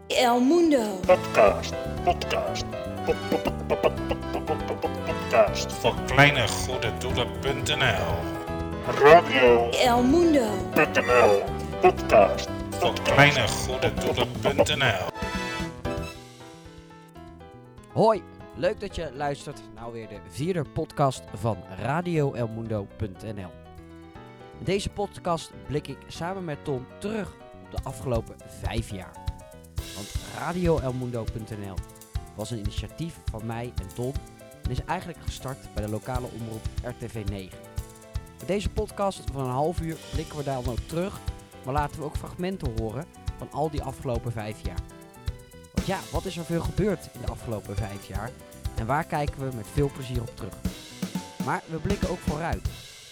El Mundo. Podcast. Voor kleinegoededoelen.nl. Radio El Mundo. .nl. Podcast. Voor kleinegoededoelen.nl. Hoi, leuk dat je luistert naar weer de 4e podcast van radioelmundo.nl. In deze podcast blik ik samen met Ton terug op de afgelopen 5 jaar. Want radioelmundo.nl was een initiatief van mij en Ton en is eigenlijk gestart bij de lokale omroep RTV 9. Met deze podcast van een half uur blikken we daar dan ook terug, maar laten we ook fragmenten horen van al die afgelopen 5 jaar. Want ja, wat is er veel gebeurd in de afgelopen 5 jaar en waar kijken we met veel plezier op terug. Maar we blikken ook vooruit.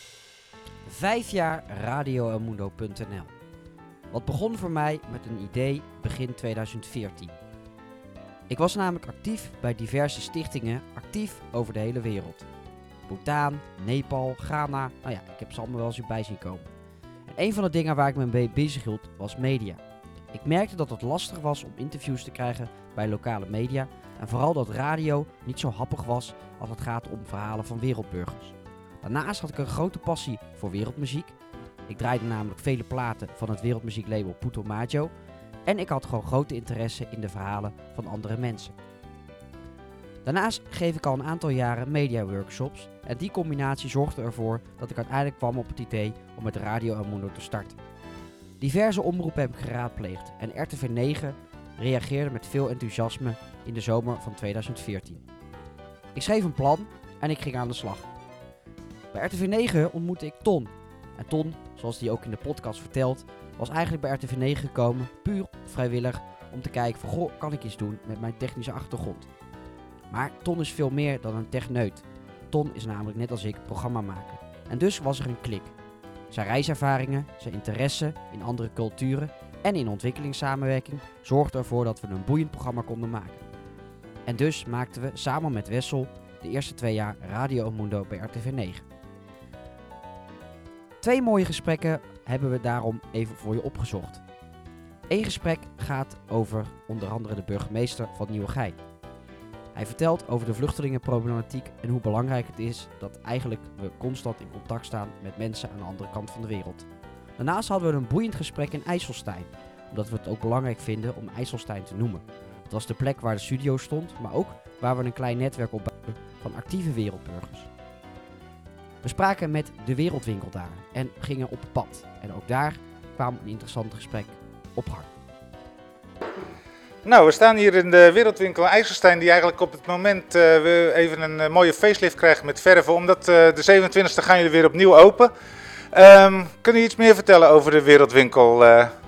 5 jaar radioelmundo.nl. Wat begon voor mij met een idee begin 2014. Ik was namelijk actief bij diverse stichtingen, actief over de hele wereld. Bhutan, Nepal, Ghana, nou ja, ik heb ze allemaal wel eens bij zien komen. En een van de dingen waar ik me mee bezig hield was media. Ik merkte dat het lastig was om interviews te krijgen bij lokale media en vooral dat radio niet zo happig was als het gaat om verhalen van wereldburgers. Daarnaast had ik een grote passie voor wereldmuziek. Ik draaide namelijk vele platen van het wereldmuzieklabel Puto Maggio en ik had gewoon grote interesse in de verhalen van andere mensen. Daarnaast geef ik al een aantal jaren media-workshops en die combinatie zorgde ervoor dat ik uiteindelijk kwam op het idee om met Radio El Mundo te starten. Diverse omroepen heb ik geraadpleegd en RTV 9 reageerde met veel enthousiasme in de zomer van 2014. Ik schreef een plan en ik ging aan de slag. Bij RTV 9 ontmoette ik Ton. En Ton, zoals hij ook in de podcast vertelt, was eigenlijk bij RTV 9 gekomen, puur vrijwillig, om te kijken van, goh, kan ik iets doen met mijn technische achtergrond. Maar Ton is veel meer dan een techneut. Ton is namelijk net als ik programmamaker. En dus was er een klik. Zijn reiservaringen, zijn interesse in andere culturen en in ontwikkelingssamenwerking zorgden ervoor dat we een boeiend programma konden maken. En dus maakten we samen met Wessel de eerste 2 jaar Radio El Mundo bij RTV 9. 2 mooie gesprekken hebben we daarom even voor je opgezocht. Eén gesprek gaat over onder andere de burgemeester van Nieuwegein. Hij vertelt over de vluchtelingenproblematiek en hoe belangrijk het is dat eigenlijk we constant in contact staan met mensen aan de andere kant van de wereld. Daarnaast hadden we een boeiend gesprek in IJsselstein, omdat we het ook belangrijk vinden om IJsselstein te noemen. Het was de plek waar de studio stond, maar ook waar we een klein netwerk opbouwden van actieve wereldburgers. We spraken met de Wereldwinkel daar en gingen op pad. En ook daar kwam een interessant gesprek op gang. Nou, we staan hier in de Wereldwinkel IJsselstein, die eigenlijk op het moment we even een mooie facelift krijgen met verven, omdat de 27e gaan jullie weer opnieuw open. Kun je iets meer vertellen over de Wereldwinkel?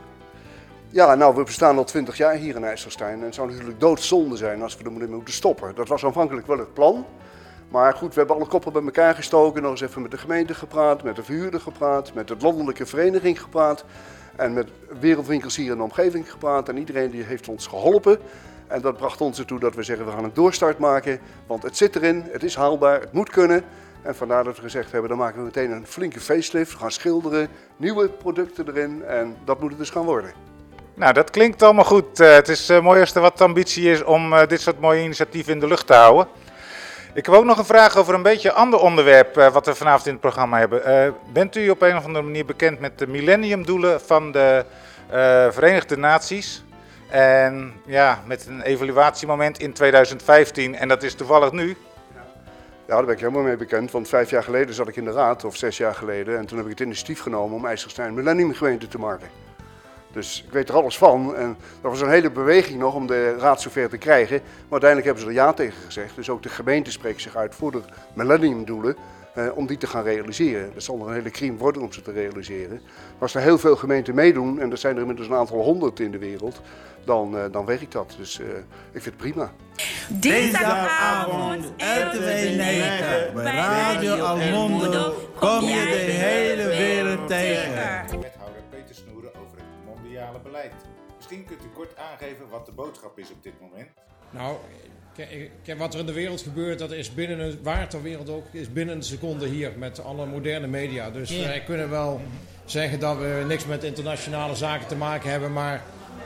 Ja, nou, we bestaan al 20 jaar hier in IJsselstein en het zou natuurlijk doodzonde zijn als we er moeten stoppen. Dat was aanvankelijk wel het plan. Maar goed, we hebben alle koppen bij elkaar gestoken, nog eens even met de gemeente gepraat, met de verhuurder gepraat, met de landelijke vereniging gepraat en met wereldwinkels hier in de omgeving gepraat en iedereen die heeft ons geholpen. En dat bracht ons ertoe dat we zeggen, we gaan een doorstart maken, want het zit erin, het is haalbaar, het moet kunnen. En vandaar dat we gezegd hebben, dan maken we meteen een flinke facelift, we gaan schilderen, nieuwe producten erin en dat moet het dus gaan worden. Nou, dat klinkt allemaal goed. Het is mooi als er wat ambitie is om dit soort mooie initiatieven in de lucht te houden. Ik heb ook nog een vraag over een beetje een ander onderwerp wat we vanavond in het programma hebben. Bent u op een of andere manier bekend met de millenniumdoelen van de Verenigde Naties? En ja, met een evaluatiemoment in 2015 en dat is toevallig nu. Ja, daar ben ik helemaal mee bekend, want 5 jaar geleden zat ik in de raad, of 6 jaar geleden. En toen heb ik het initiatief genomen om IJsselstein een millenniumgemeente te maken. Dus ik weet er alles van en dat was een hele beweging nog om de raad zover te krijgen. Maar uiteindelijk hebben ze er ja tegen gezegd. Dus ook de gemeente spreekt zich uit voor de millenniumdoelen om die te gaan realiseren. Dat zal een hele crime worden om ze te realiseren. Maar als er heel veel gemeenten meedoen, en dat zijn er inmiddels een aantal 100 in de wereld, dan werkt dat. Dus ik vind het prima. Dinsdagavond, RTV 9, bij Radio El Mundo kom je de hele wereld tegen. Wethouder Peter Snoeren over het mondiale beleid. Misschien kunt u kort aangeven wat de boodschap is op dit moment. Nou, kijk, wat er in de wereld gebeurt, dat is waar ter wereld ook, is binnen een seconde hier met alle moderne media. Dus wij kunnen wel zeggen dat we niks met internationale zaken te maken hebben, maar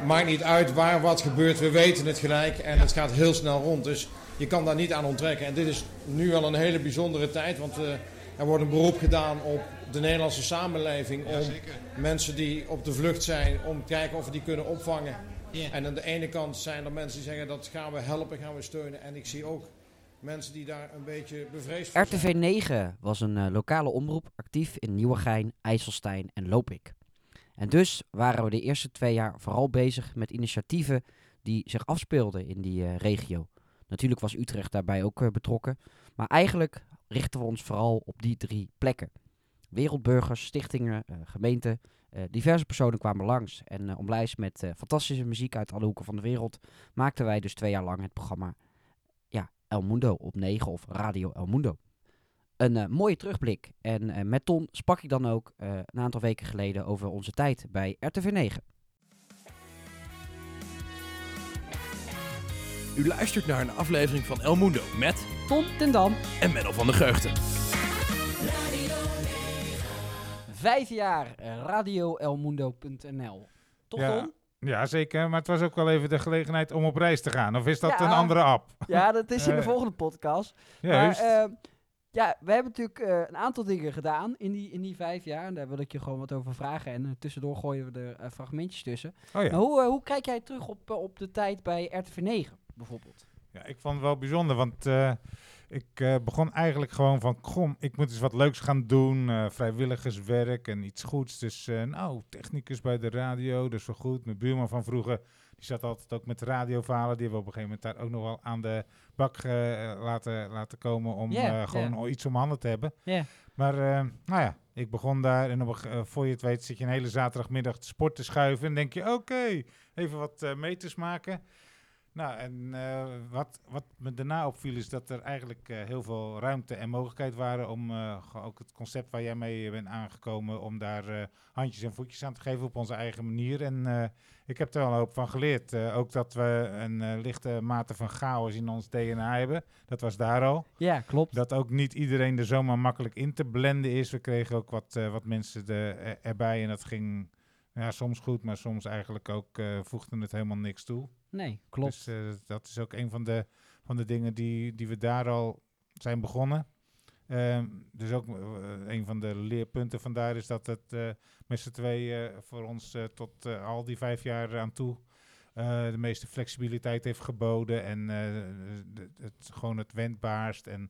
maakt niet uit waar wat gebeurt, we weten het gelijk en het gaat heel snel rond. Dus je kan daar niet aan onttrekken. En dit is nu wel een hele bijzondere tijd, want er wordt een beroep gedaan op de Nederlandse samenleving om mensen die op de vlucht zijn, om te kijken of we die kunnen opvangen. Yeah. En aan de ene kant zijn er mensen die zeggen dat gaan we helpen, gaan we steunen. En ik zie ook mensen die daar een beetje bevreesd voor zijn. RTV 9 was een lokale omroep actief in Nieuwegein, IJsselstein en Lopik. En dus waren we de eerste 2 jaar vooral bezig met initiatieven die zich afspeelden in die regio. Natuurlijk was Utrecht daarbij ook betrokken, maar eigenlijk richten we ons vooral op die 3 plekken. Wereldburgers, stichtingen, gemeenten, diverse personen kwamen langs. En omlijst met fantastische muziek uit alle hoeken van de wereld maakten wij dus 2 jaar lang het programma El Mundo op 9 of Radio El Mundo. Een mooie terugblik. En met Ton sprak ik dan ook een aantal weken geleden over onze tijd bij RTV 9. U luistert naar een aflevering van El Mundo met Ton ten Dam en Menno van der Geugten. 5 jaar radioelmundo.nl. Toch, Ton? Ja, zeker. Maar het was ook wel even de gelegenheid om op reis te gaan. Of is dat een andere app? Ja, dat is in de volgende podcast. Juist. Maar we hebben natuurlijk een aantal dingen gedaan in die 5 jaar. En daar wil ik je gewoon wat over vragen. En tussendoor gooien we er fragmentjes tussen. Oh ja. Maar hoe kijk jij terug op de tijd bij RTV 9 bijvoorbeeld? Ja, ik vond het wel bijzonder, want ik begon eigenlijk gewoon van, ik moet eens wat leuks gaan doen, vrijwilligerswerk en iets goeds. Dus technicus bij de radio, dus wel goed. Mijn buurman van vroeger, die zat altijd ook met radioverhalen. Die hebben we op een gegeven moment daar ook nog wel aan de bak laten komen om gewoon iets om handen te hebben. Yeah. Maar ik begon daar en voor je het weet zit je een hele zaterdagmiddag te sport te schuiven en denk je, oké, even wat meters maken. Nou, en wat me daarna opviel is dat er eigenlijk heel veel ruimte en mogelijkheid waren om ook het concept waar jij mee bent aangekomen, om daar handjes en voetjes aan te geven op onze eigen manier. En ik heb er wel een hoop van geleerd. Ook dat we een lichte mate van chaos in ons DNA hebben. Dat was daar al. Ja, klopt. Dat ook niet iedereen er zomaar makkelijk in te blenden is. We kregen ook wat mensen erbij en dat ging soms goed, maar soms eigenlijk ook voegde het helemaal niks toe. Nee, klopt. Dus dat is ook een van de dingen die we daar al zijn begonnen. Dus ook een van de leerpunten vandaar is dat het met z'n tweeën voor ons tot al die 5 jaar aan toe de meeste flexibiliteit heeft geboden. En gewoon het wendbaarst en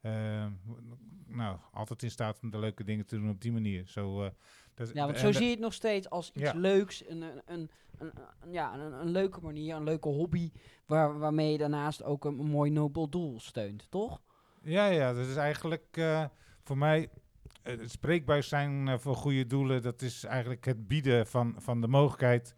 altijd in staat om de leuke dingen te doen op die manier. Want zo zie je het nog steeds als iets leuks, een leuke manier, een leuke hobby, waarmee je daarnaast ook een mooi nobel doel steunt, toch? Ja, dat is eigenlijk voor mij het spreekbuis zijn voor goede doelen. Dat is eigenlijk het bieden van de mogelijkheid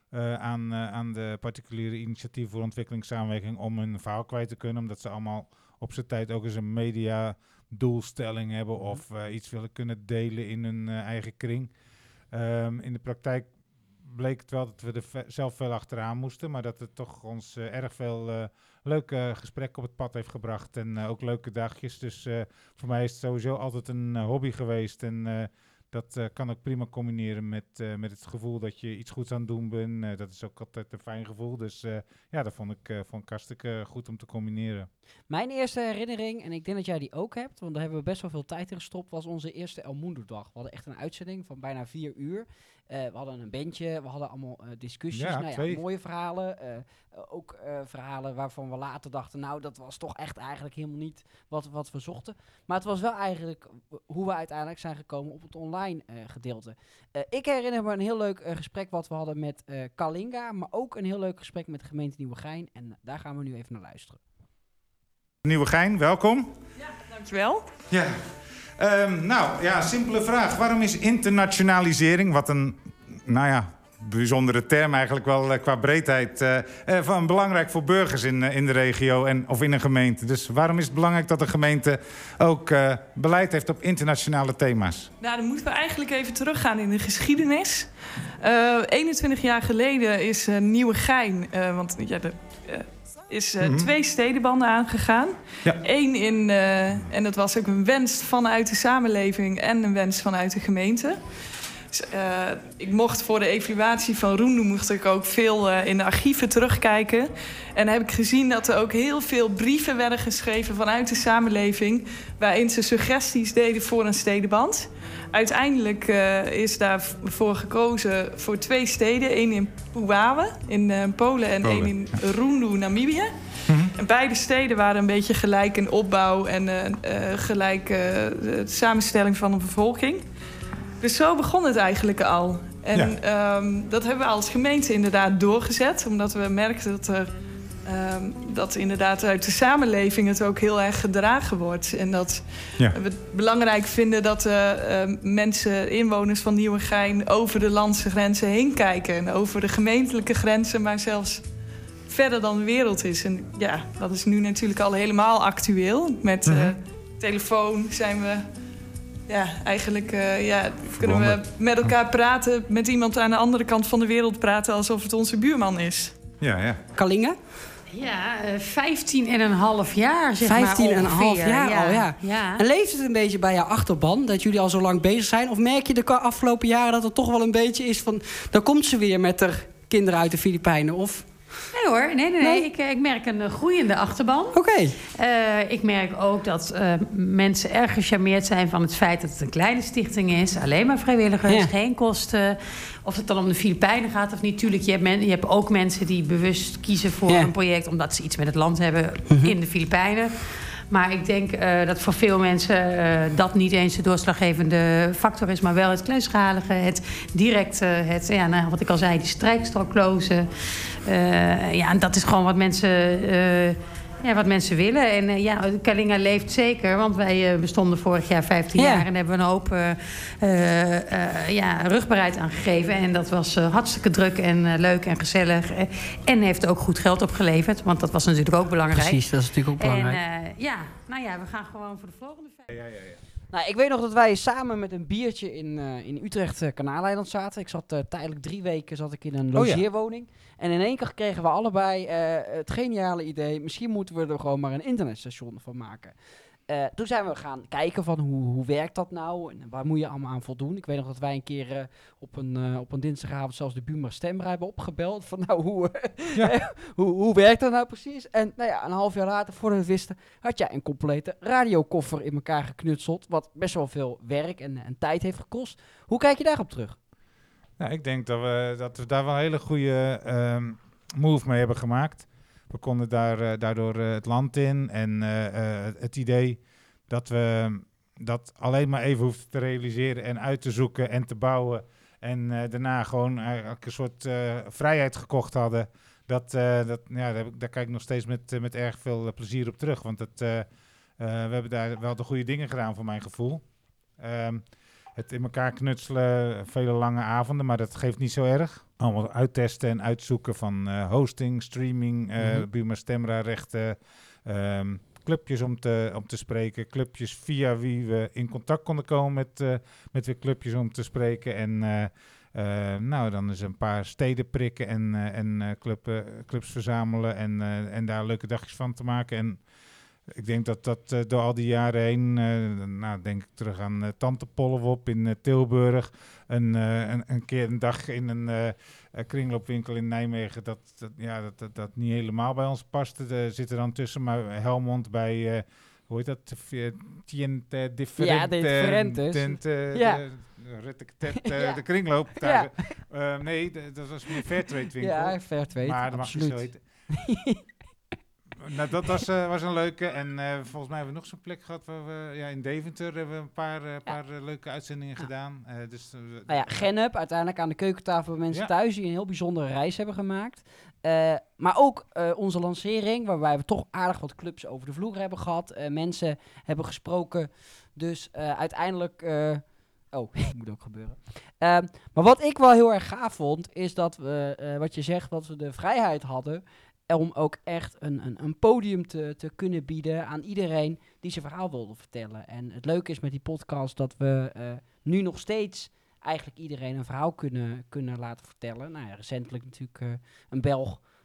aan de particuliere initiatieven voor ontwikkelingssamenwerking om hun verhaal kwijt te kunnen, omdat ze allemaal op z'n tijd ook eens een mediadoelstelling hebben of iets willen kunnen delen in hun eigen kring. In de praktijk bleek het wel dat we er zelf veel achteraan moesten, maar dat het toch ons erg veel leuke gesprekken op het pad heeft gebracht en ook leuke dagjes. Dus voor mij is het sowieso altijd een hobby geweest en dat kan ook prima combineren met het gevoel dat je iets goeds aan het doen bent. Dat is ook altijd een fijn gevoel. Dus dat vond ik hartstikke goed om te combineren. Mijn eerste herinnering, en ik denk dat jij die ook hebt, want daar hebben we best wel veel tijd in gestopt, was onze eerste El Mundo-dag. We hadden echt een uitzending van bijna 4 uur. We hadden een bandje, we hadden allemaal discussies. Mooie verhalen. Ook verhalen waarvan we later dachten, dat was toch echt eigenlijk helemaal niet wat we zochten. Maar het was wel eigenlijk hoe we uiteindelijk zijn gekomen op het online gedeelte. Ik herinner me een heel leuk gesprek wat we hadden met Kalinga, maar ook een heel leuk gesprek met de gemeente Nieuwegein. En daar gaan we nu even naar luisteren. Nieuwegein, welkom. Ja, dankjewel. Ja. Simpele vraag. Waarom is internationalisering, wat een, bijzondere term eigenlijk wel qua breedheid, belangrijk voor burgers in de regio of in een gemeente? Dus waarom is het belangrijk dat een gemeente ook beleid heeft op internationale thema's? Nou, dan moeten we eigenlijk even teruggaan in de geschiedenis. 21 jaar geleden is Nieuwegein, is 2 stedenbanden aangegaan. Ja. 1 en dat was ook een wens vanuit de samenleving en een wens vanuit de gemeente. Dus, ik mocht voor de evaluatie van Roendoe mocht ik ook veel in de archieven terugkijken. En heb ik gezien dat er ook heel veel brieven werden geschreven vanuit de samenleving, waarin ze suggesties deden voor een stedenband. Uiteindelijk is daarvoor gekozen voor 2 steden. 1 in Puawe in Polen en 1 in Roendoe, Namibië. En beide steden waren een beetje gelijk in opbouw en gelijk de samenstelling van de bevolking. Dus zo begon het eigenlijk al. En dat hebben we als gemeente inderdaad doorgezet. Omdat we merkten dat inderdaad uit de samenleving het ook heel erg gedragen wordt. En dat we het belangrijk vinden dat mensen, inwoners van Nieuwegein, over de landse grenzen heen kijken. En over de gemeentelijke grenzen, maar zelfs verder dan de wereld is. En ja, dat is nu natuurlijk al helemaal actueel. Met telefoon zijn we... Ja, eigenlijk kunnen we met elkaar praten, met iemand aan de andere kant van de wereld praten, alsof het onze buurman is. Ja. Kallinge? Ja, 15,5 jaar, zeg maar 15,5 jaar al, ja. En leeft het een beetje bij je achterban, dat jullie al zo lang bezig zijn? Of merk je de afgelopen jaren dat het toch wel een beetje is van... dan komt ze weer met haar kinderen uit de Filipijnen, of... Nee hoor, nee. Ik merk een groeiende achterban. Oké. Ik merk ook dat mensen erg gecharmeerd zijn van het feit dat het een kleine stichting is. Alleen maar vrijwilligers, geen kosten. Of het dan om de Filipijnen gaat of niet. Tuurlijk, je hebt ook mensen die bewust kiezen voor een project omdat ze iets met het land hebben in de Filipijnen. Maar ik denk dat voor veel mensen dat niet eens de doorslaggevende factor is, maar wel het kleinschalige, het directe, wat ik al zei, die strijkstrooklozen. En dat is gewoon wat mensen willen. En Kallinga leeft zeker, want wij bestonden vorig jaar 15 jaar en hebben we een hoop rugbaarheid aangegeven. En dat was hartstikke druk en leuk en gezellig. En heeft ook goed geld opgeleverd, want dat was natuurlijk ook belangrijk. Precies, dat is natuurlijk ook belangrijk. En we gaan gewoon voor de volgende feest. Ja. Nou, ik weet nog dat wij samen met een biertje in Utrecht Kanaaleiland zaten. Ik zat tijdelijk 3 weken in een logeerwoning. En in één keer kregen we allebei het geniale idee, misschien moeten we er gewoon maar een internetstation van maken. Toen zijn we gaan kijken van hoe werkt dat nou en waar moet je allemaal aan voldoen. Ik weet nog dat wij een keer op een dinsdagavond zelfs de Buma Stemra hebben opgebeld. Van hoe werkt dat nou precies? En een half jaar later, voordat we het wisten, had jij een complete radiokoffer in elkaar geknutseld. Wat best wel veel werk en tijd heeft gekost. Hoe kijk je daarop terug? Nou, ik denk dat we daar wel een hele goede move mee hebben gemaakt. We konden daardoor het land in en het idee dat we dat alleen maar even hoefden te realiseren en uit te zoeken en te bouwen. En daarna gewoon eigenlijk een soort vrijheid gekocht hadden. Daar kijk ik nog steeds met erg veel plezier op terug. Want we hebben daar wel de goede dingen gedaan voor mijn gevoel. Het in elkaar knutselen, vele lange avonden, maar dat geeft niet zo erg. Allemaal uittesten en uitzoeken van hosting, streaming, Buma Stemra rechten, clubjes om te spreken, clubjes via wie we in contact konden komen met weer clubjes om te spreken. En dan is een paar steden prikken en clubs verzamelen en daar leuke dagjes van te maken. En ik denk dat door al die jaren heen, denk ik terug aan Tante Pollewop in Tilburg. Een keer een dag in een kringloopwinkel in Nijmegen dat niet helemaal bij ons paste. Er zit er dan tussen, maar Helmond bij, hoe heet dat? Tiente Differentes. De kringloop. Dat was meer Fairtrade winkel. Ja, Fairtrade, maar dat mag niet zo heten. Nou, dat was een leuke. En volgens mij hebben we nog zo'n plek gehad waar we in Deventer hebben we een paar leuke uitzendingen gedaan. Genup, uiteindelijk aan de keukentafel bij mensen thuis die een heel bijzondere reis hebben gemaakt. Maar ook onze lancering, waarbij we toch aardig wat clubs over de vloer hebben gehad. Mensen hebben gesproken. Dus uiteindelijk... moet ook gebeuren. Maar wat ik wel heel erg gaaf vond, is dat we, wat je zegt, dat we de vrijheid hadden om ook echt een podium te kunnen bieden aan iedereen die zijn verhaal wilde vertellen. En het leuke is met die podcast dat we nu nog steeds eigenlijk iedereen een verhaal kunnen laten vertellen. Nou ja, recentelijk natuurlijk een Belg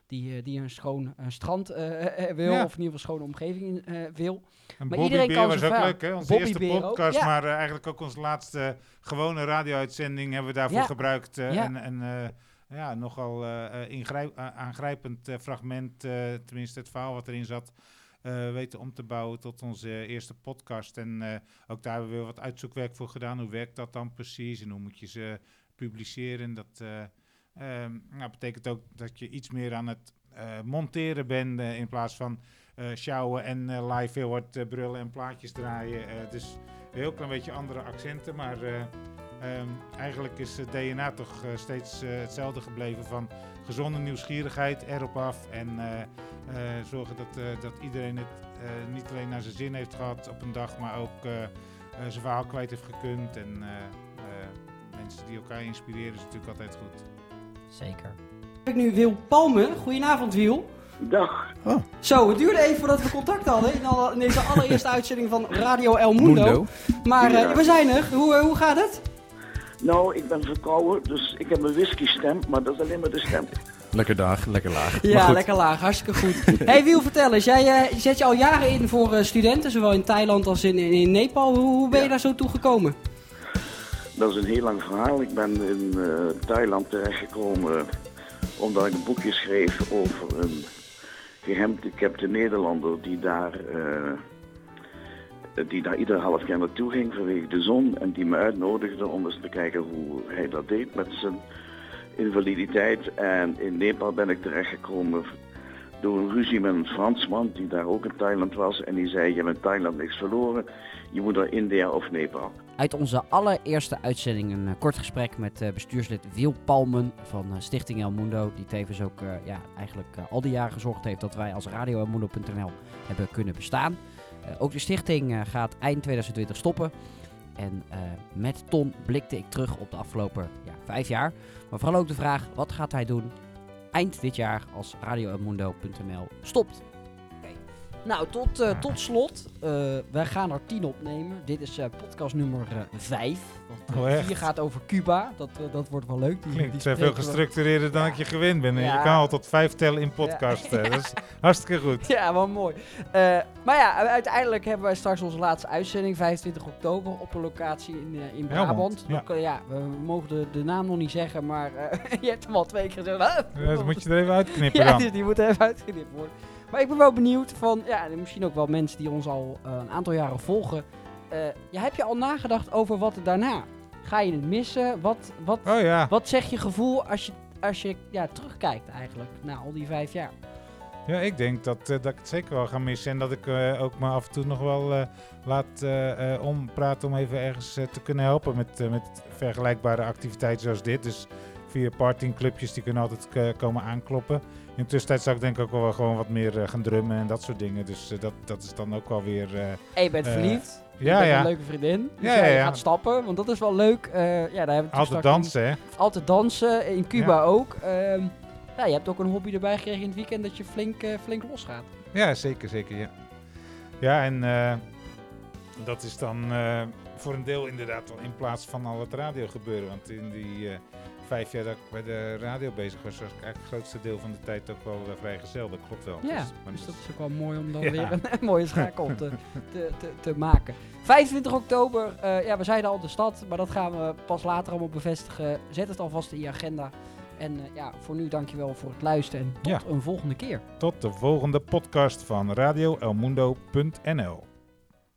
die een schoon strand wil. Ja. Of in ieder geval een schone omgeving wil. En Maar Bobby iedereen Beer kan was zijn ook vraag. leuk, hè? Onze Bobby eerste Beer ook, podcast, ja. maar eigenlijk ook onze laatste gewone radio-uitzending hebben we daarvoor gebruikt. Ja. En nogal aangrijpend fragment, tenminste het verhaal wat erin zat, weten om te bouwen tot onze eerste podcast. En ook daar hebben we wat uitzoekwerk voor gedaan. Hoe werkt dat dan precies en hoe moet je ze publiceren? Dat betekent ook dat je iets meer aan het monteren bent in plaats van sjouwen en live heel hard brullen en plaatjes draaien. Dus een heel klein beetje andere accenten, maar eigenlijk is het DNA toch steeds hetzelfde gebleven van gezonde nieuwsgierigheid, erop af en zorgen dat iedereen het niet alleen naar zijn zin heeft gehad op een dag, maar ook zijn verhaal kwijt heeft gekund. En mensen die elkaar inspireren is natuurlijk altijd goed. Zeker. Ik heb nu Wil Palme. Goedenavond, Wil. Dag. Oh. Zo, het duurde even voordat we contact hadden in deze allereerste uitzending van Radio El Mundo. Maar we zijn er. Hoe gaat het? Nou, ik ben verkouden, dus ik heb een whisky-stem, maar dat is alleen maar de stem. Lekker laag. Ja, lekker laag. Hartstikke goed. Hey Wil, vertel eens. Jij zet je al jaren in voor studenten, zowel in Thailand als in Nepal. Hoe ben je daar zo toe gekomen? Dat is een heel lang verhaal. Ik ben in Thailand terechtgekomen omdat ik een boekje schreef over een gehandicapte Nederlander die daar ieder half jaar naartoe ging vanwege de zon en die me uitnodigde om eens te kijken hoe hij dat deed met zijn invaliditeit. En in Nepal ben ik terechtgekomen door een ruzie met een Fransman die daar ook in Thailand was en die zei: je hebt in Thailand niks verloren, je moet naar India of Nepal. Uit onze allereerste uitzending een kort gesprek met bestuurslid Wil Palmen van Stichting El Mundo. Die tevens ook eigenlijk al die jaren gezorgd heeft dat wij als radioelmundo.nl hebben kunnen bestaan. Ook de stichting gaat eind 2020 stoppen. En met Ton blikte ik terug op de afgelopen 5 jaar. Maar vooral ook de vraag, wat gaat hij doen eind dit jaar als radioelmundo.nl stopt? Nou, tot slot. Wij gaan er 10 opnemen. Dit is podcast nummer 5. 4 gaat over Cuba. Dat wordt wel leuk. Klinkt veel gestructureerder dan ik je gewend ben. Ja. Je kan al tot 5 tellen in podcast. Dat is hartstikke goed. Ja, wel mooi. Maar uiteindelijk hebben wij straks onze laatste uitzending. 25 oktober op een locatie in Brabant. Ja. We mogen de naam nog niet zeggen, maar je hebt hem al 2 keer gezegd. Dat moet je er even uitknippen dan. Ja, die moet er even uitgeknipt worden. Maar ik ben wel benieuwd van, misschien ook wel mensen die ons al een aantal jaren volgen. Heb je al nagedacht over wat daarna? Ga je het missen? Wat zegt je gevoel als je terugkijkt eigenlijk na al die 5 jaar? Ja, ik denk dat ik het zeker wel ga missen en dat ik ook me af en toe nog wel laat ompraten om even ergens te kunnen helpen met vergelijkbare activiteiten zoals dit. Dus via partyclubjes, die kunnen altijd komen aankloppen. In de tussentijd zou ik denk ik ook wel gewoon wat meer gaan drummen en dat soort dingen. Dus dat is dan ook wel weer... En je bent verliefd. Je bent een leuke vriendin. Dus je gaat stappen, want dat is wel leuk. Daar hebben we altijd dansen, hè? Altijd dansen. In Cuba ook. Je hebt ook een hobby erbij gekregen in het weekend dat je flink losgaat. Ja, zeker, ja. Ja, en dat is dan voor een deel inderdaad wel in plaats van al het radio gebeuren. Want in die 5 jaar dat ik bij de radio bezig was ik eigenlijk het grootste deel van de tijd ook wel vrijgezel. Dat klopt wel. Ja, dus dat is ook wel mooi om dan weer een mooie schakel te maken. 25 oktober, we zeiden al de stad, maar dat gaan we pas later allemaal bevestigen. Zet het alvast in je agenda. En voor nu dankjewel voor het luisteren en tot een volgende keer. Tot de volgende podcast van radioelmundo.nl.